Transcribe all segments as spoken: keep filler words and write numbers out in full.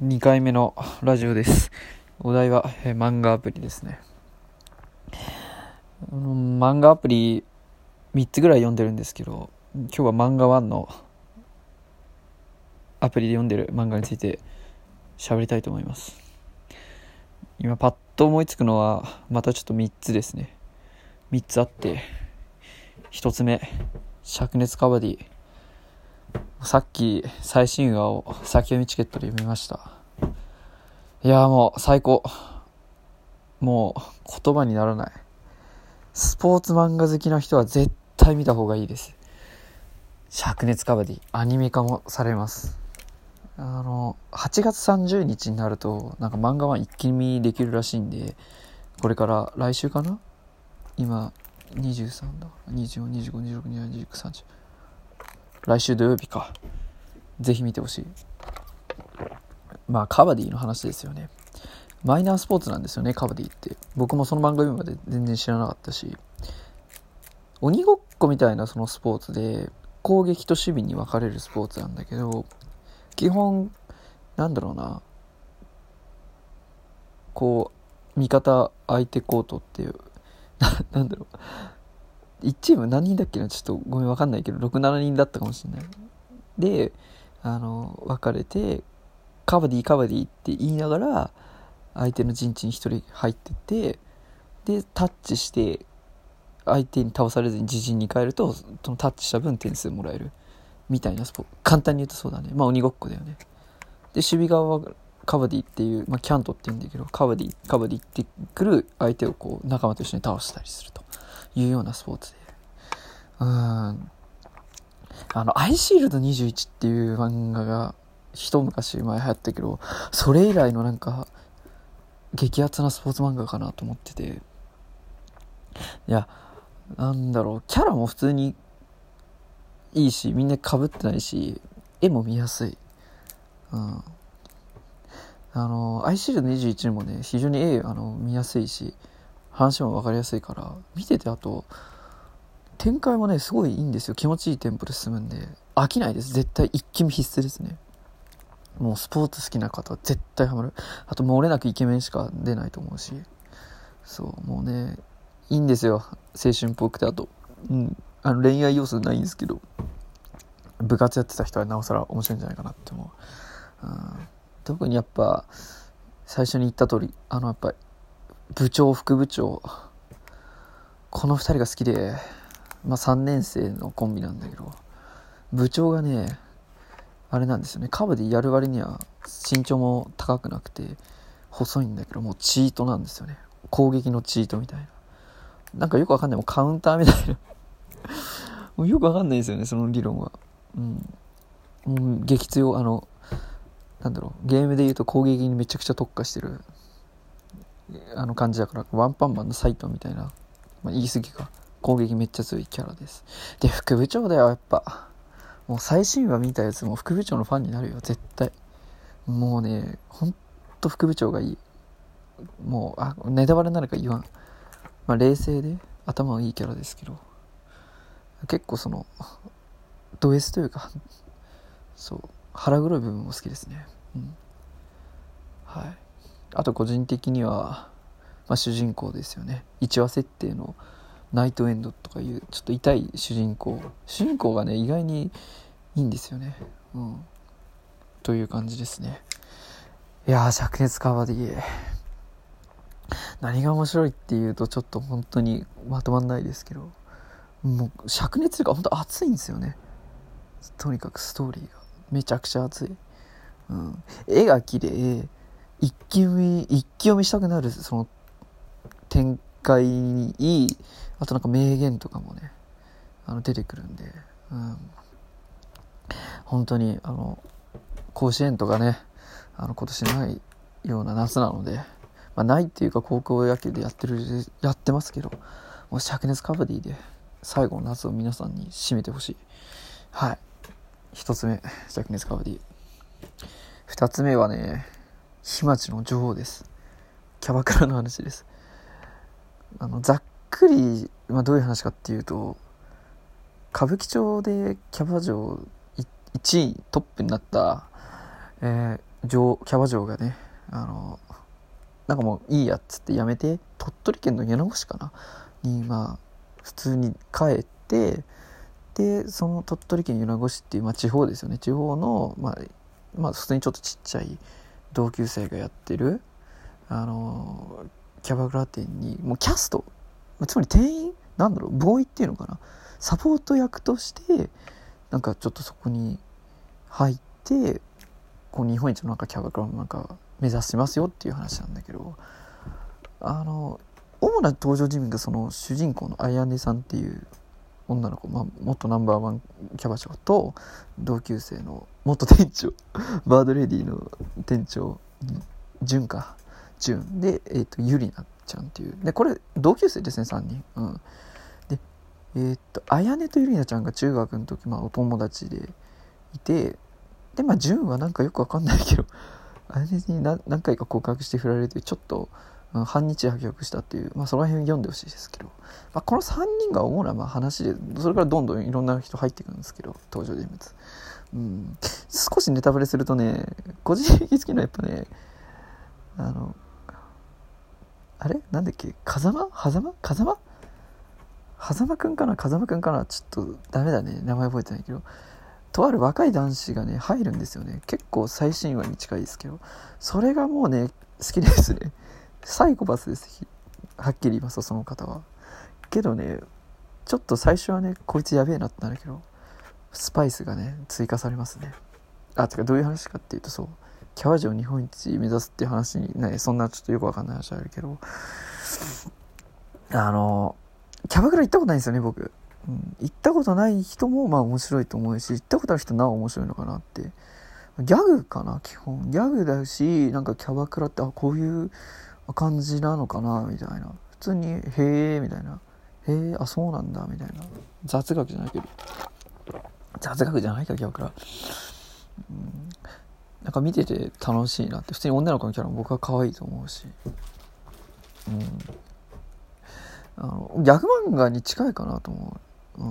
にかいめのラジオです。お題は、えー漫画アプリですね。あの漫画アプリみっつぐらい読んでるんですけど、今日は漫画ワンのアプリで読んでる漫画について喋りたいと思います。今パッと思いつくのはまたちょっとみっつですね。みっつあって、ひとつめ灼熱カバディ。さっき最新話を先読みチケットで読みました。いやーもう最高。もう言葉にならない。スポーツ漫画好きな人は絶対見た方がいいです。灼熱カバディアニメ化もされます。あのはちがつさんじゅうにちになるとなんか漫画は一気見できるらしいんで、これから来週かな、今にじゅうさんだ、にじゅうよん、にじゅうご、にじゅうろく、にじゅうなな、にじゅうきゅう、さんじゅう、来週土曜日か、ぜひ見てほしい。まあカバディの話ですよね。マイナースポーツなんですよね、カバディって。僕もその漫画読むまで全然知らなかったし、鬼ごっこみたいなそのスポーツで攻撃と守備に分かれるスポーツなんだけど、基本なんだろうな、こう味方相手コートっていうなんだろう、いちチーム何人だっけな、ちょっとごめん分かんないけどろく、ななにんだったかもしれない。であの分かれてカバディカバディって言いながら相手の陣地にひとり入ってって、でタッチして相手に倒されずに自陣に帰ると、そのタッチした分点数もらえるみたいなスポーツ。簡単に言うとそうだね。まあ鬼ごっこだよね。で守備側はカバディっていう、まあ、キャントって言うんだけど、カバディカバディってくる相手をこう仲間と一緒に倒したりするというようなスポーツで、うーんあのアイシールドにじゅういちっていう漫画が一昔前流行ったけど、それ以来のなんか激アツなスポーツ漫画かなと思ってて、いやなんだろう、キャラも普通にいいし、みんな被ってないし、絵も見やすい。うん。あの、アイシールドにじゅういちもね、非常に絵あの見やすいし、話も分かりやすいから、見てて、あと、展開もね、すごいいいんですよ。気持ちいいテンポで進むんで、飽きないです。絶対一気見必須ですね。もうスポーツ好きな方は絶対ハマる。あと、漏れなくイケメンしか出ないと思うし、そう、もうね、いいんですよ。青春っぽくて、あと、うん、あの恋愛要素ないんですけど、部活やってた人はなおさら面白いんじゃないかなって思う。うん、特にやっぱ最初に言った通り、あのやっぱ部長副部長、このふたりが好きで、まあさんねん生のコンビなんだけど、部長がねあれなんですよね、カバディやる割には身長も高くなくて細いんだけど、もうチートなんですよね。攻撃のチートみたいな、なんかよくわかんない、もうカウンターみたいなもうよくわかんないですよね、その理論は。うん、もう激強、あのなんだろう、ゲームでいうと攻撃にめちゃくちゃ特化してるあの感じだから、ワンパンマンのサイトみたいな、まあ、言い過ぎか、攻撃めっちゃ強いキャラです。で副部長だよ、やっぱもう最新話見たやつも副部長のファンになるよ絶対。もうね、ほんと副部長がいい。もうあネタバレになるか言わん、まあ、冷静で頭はいいキャラですけど、結構そのド S というか、そう腹黒い部分も好きですね。うん、はい。あと個人的には、まあ、主人公ですよね。いちわ設定のナイトエンドとかいうちょっと痛い主人公主人公がね意外にいいんですよね。うん、という感じですね。いやー灼熱カバディ、何が面白いっていうとちょっと本当にまとまんないですけど、もう灼熱が本当熱いんですよね。とにかくストーリーがめちゃくちゃ熱い。うん、絵が綺麗、一気読み一気読みしたくなるその展開にいい。あとなんか名言とかもねあの出てくるんで、うん、本当にあの甲子園とかね、あの今年ないような夏なので、まあ、ないっていうか高校野球でやってるやってますけど、もう灼熱カバディで最後の夏を皆さんに締めてほしい。はい。一つ目灼熱カバディ。二つ目はね、火町の女王です。キャバクラの話です。あのざっくり、まあ、どういう話かっていうと、歌舞伎町でキャバ嬢いちいトップになった、えー、 城キャバ嬢がね、あのなんかもういいやっつってやめて、鳥取県の米子市かなにまあ普通に帰って、でその鳥取県米子市っていう、まあ、地方ですよね。地方のまあまあ普通にちょっとちっちゃい同級生がやってるあのキャバクラ店にもうキャスト、つまり店員なんだろう、ボーイっていうのかな、サポート役としてなんかちょっとそこに入って、こう日本一のなんかキャバクラのなんか目指しますよっていう話なんだけど、あの主な登場人物がその主人公のあやねさんっていう女の子、まあ、元ナンバーワンキャバ嬢と同級生の元店長バードレディの店長純か純で、えー、とゆりなちゃんっていうで、これ同級生ですねさんにん、うん、でえー、っとあやねとゆりなちゃんが中学の時、まあ、お友達でいて、でまあ純はなんかよくわかんないけどあやねに何何回か告白して振られてちょっと半日破局したっていう、まあ、その辺読んでほしいですけど、まあ、このさんにんが主なまあ話で、それからどんどんいろんな人入ってくるんですけど、登場人物、うん、少しネタバレするとね、個人的に好きなやっぱね、あのあれなんだっけ、風間風間風間風間くんかな風間くんかなちょっとダメだね、名前覚えてないけど、とある若い男子がね入るんですよね。結構最新話に近いですけど、それがもうね好きですね。サイコパスです、はっきり言いますとその方は。けどねちょっと最初はねこいつやべえなってなるけど、スパイスがね追加されますね。あ、てかどういう話かっていうと、そうキャバ嬢日本一目指すっていう話にね、そんなちょっとよくわかんない話あるけど、あのキャバクラ行ったことないんですよね僕、うん、行ったことない人もまあ面白いと思うし、行ったことある人なお面白いのかなって。ギャグかな、基本ギャグだし、なんかキャバクラってあこういう感じなのかなみたいな、普通にへえみたいな、へえあそうなんだみたいな、雑学じゃないけど雑学じゃないかキャバクラ、うん、なんか見てて楽しいなって。普通に女の子のキャラも僕は可愛いと思うし、うん、あのギャグ漫画に近いかなと思う、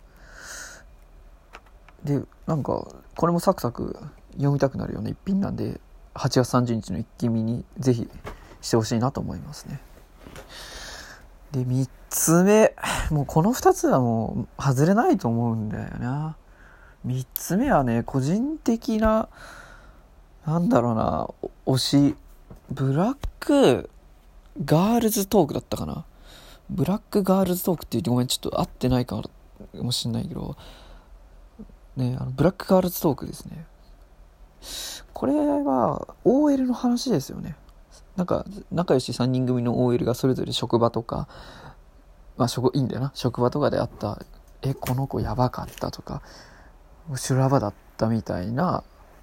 うん、でなんかこれもサクサク読みたくなるような一品なんで、はちがつさんじゅうにちの一気見にぜひしてほしいなと思いますね。でみっつめ、もうこのふたつはもう外れないと思うんだよな。みっつめはね個人的ななんだろうな推し、ブラックガールズトークだったかな。ブラックガールズトークって言ってごめんちょっと合ってないかもしんないけどね、あのブラックガールズトークですね。これは オーエル の話ですよね。なんか仲良しさんにん組の オーエル がそれぞれ職場とか、まあ職いいんだよな、職場とかであったえこの子やばかったとか修羅場だったみたいな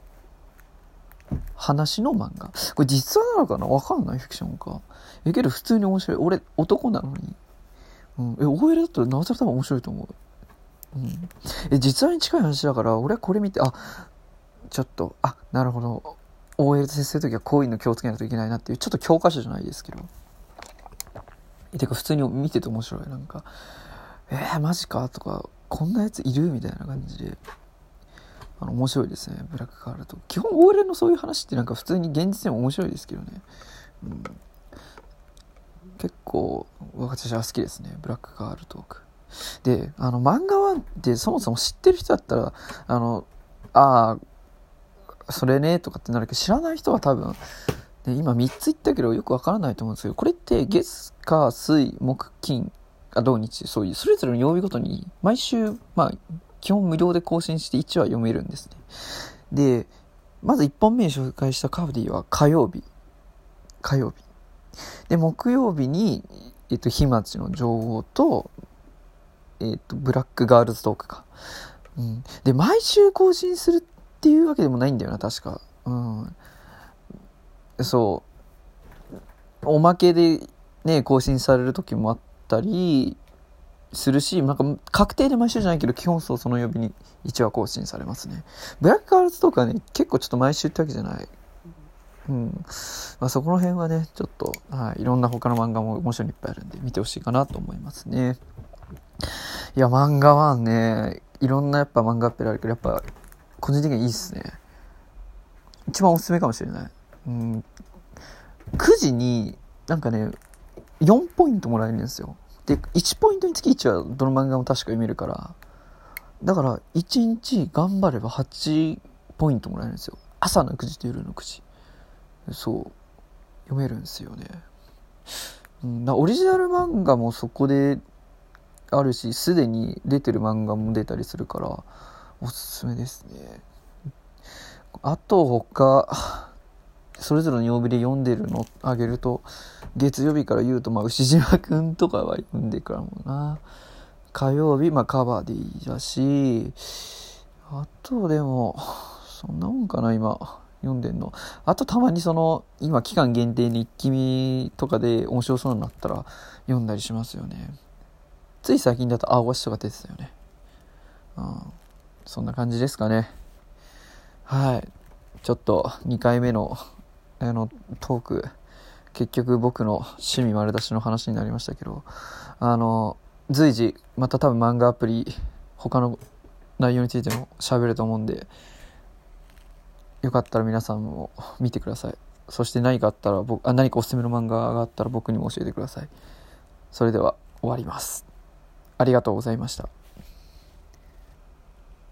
話の漫画。これ実話なのかなわかんない、フィクションか。えけど普通に面白い。俺男なのに、うん、え オーエル だったらなおさら多分面白いと思う、うん、え実話に近い話だから俺はこれ見てあちょっとあなるほど オーエル と接するときはこういうの気をつけないといけないなっていう、ちょっと教科書じゃないですけど、えてか普通に見てて面白い。なんかえー、マジかとかこんなやついるみたいな感じであの面白いですね。ブラックガールと基本 オーエル のそういう話ってなんか普通に現実でも面白いですけどね、うん、結構私は好きですねブラックガールトークで。あの漫画はでそもそも知ってる人だったらあのああそれねとかってなるけど、知らない人は多分で今みっつ言ったけどよくわからないと思うんですけど、これって月火水木金あ土日そういうそれぞれの曜日ごとに毎週まあ基本無料で更新していちわ読めるんですね。でまずいっぽんめに紹介したカブディは火曜日火曜日で、木曜日に、えっと、火町の女王と、えっと、ブラックガールズトークか、うん、で毎週更新するっていうわけでもないんだよな確か、うん、そうおまけでね更新される時もあったりするし、なんか確定で毎週じゃないけど基本そうその曜日にいちわ更新されますね。ブラックガールズトークはね結構ちょっと毎週ってわけじゃない、うんまあ、そこの辺はねちょっと、はい、いろんな他の漫画も面白いのいっぱいあるんで見てほしいかなと思いますね。いや漫画はねいろんなやっぱ漫画っぺらあるけどやっぱ個人的にいいっすね。 一番おすすめかもしれない。うん、くじになんかねよんポイントもらえるんですよ。でいちポイントにつきいちはどの漫画も確か読めるから、だからいちにち頑張ればはちポイントもらえるんですよ。朝のくじと夜のくじ、そう読めるんですよね。うん、オリジナル漫画もそこであるし、すでに出てる漫画も出たりするからおすすめですね。あと他それぞれの曜日で読んでるのあげると、月曜日から言うと、まあ牛島くんとかは読んでからもな。火曜日まあカバーでいいだし、あとでもそんなもんかな今読んでんの。あとたまにその今期間限定日記見とかで面白そうになったら読んだりしますよね。つい最近だと青星とか出てたよね。うん、そんな感じですかね。はい、ちょっとにかいめのあのトーク、結局僕の趣味丸出しの話になりましたけど、あの随時また多分漫画アプリ他の内容についても喋ると思うんで、よかったら皆さんも見てください。そして何かあったら僕あ何かおすすめの漫画があったら僕にも教えてください。それでは終わります。ありがとうございました。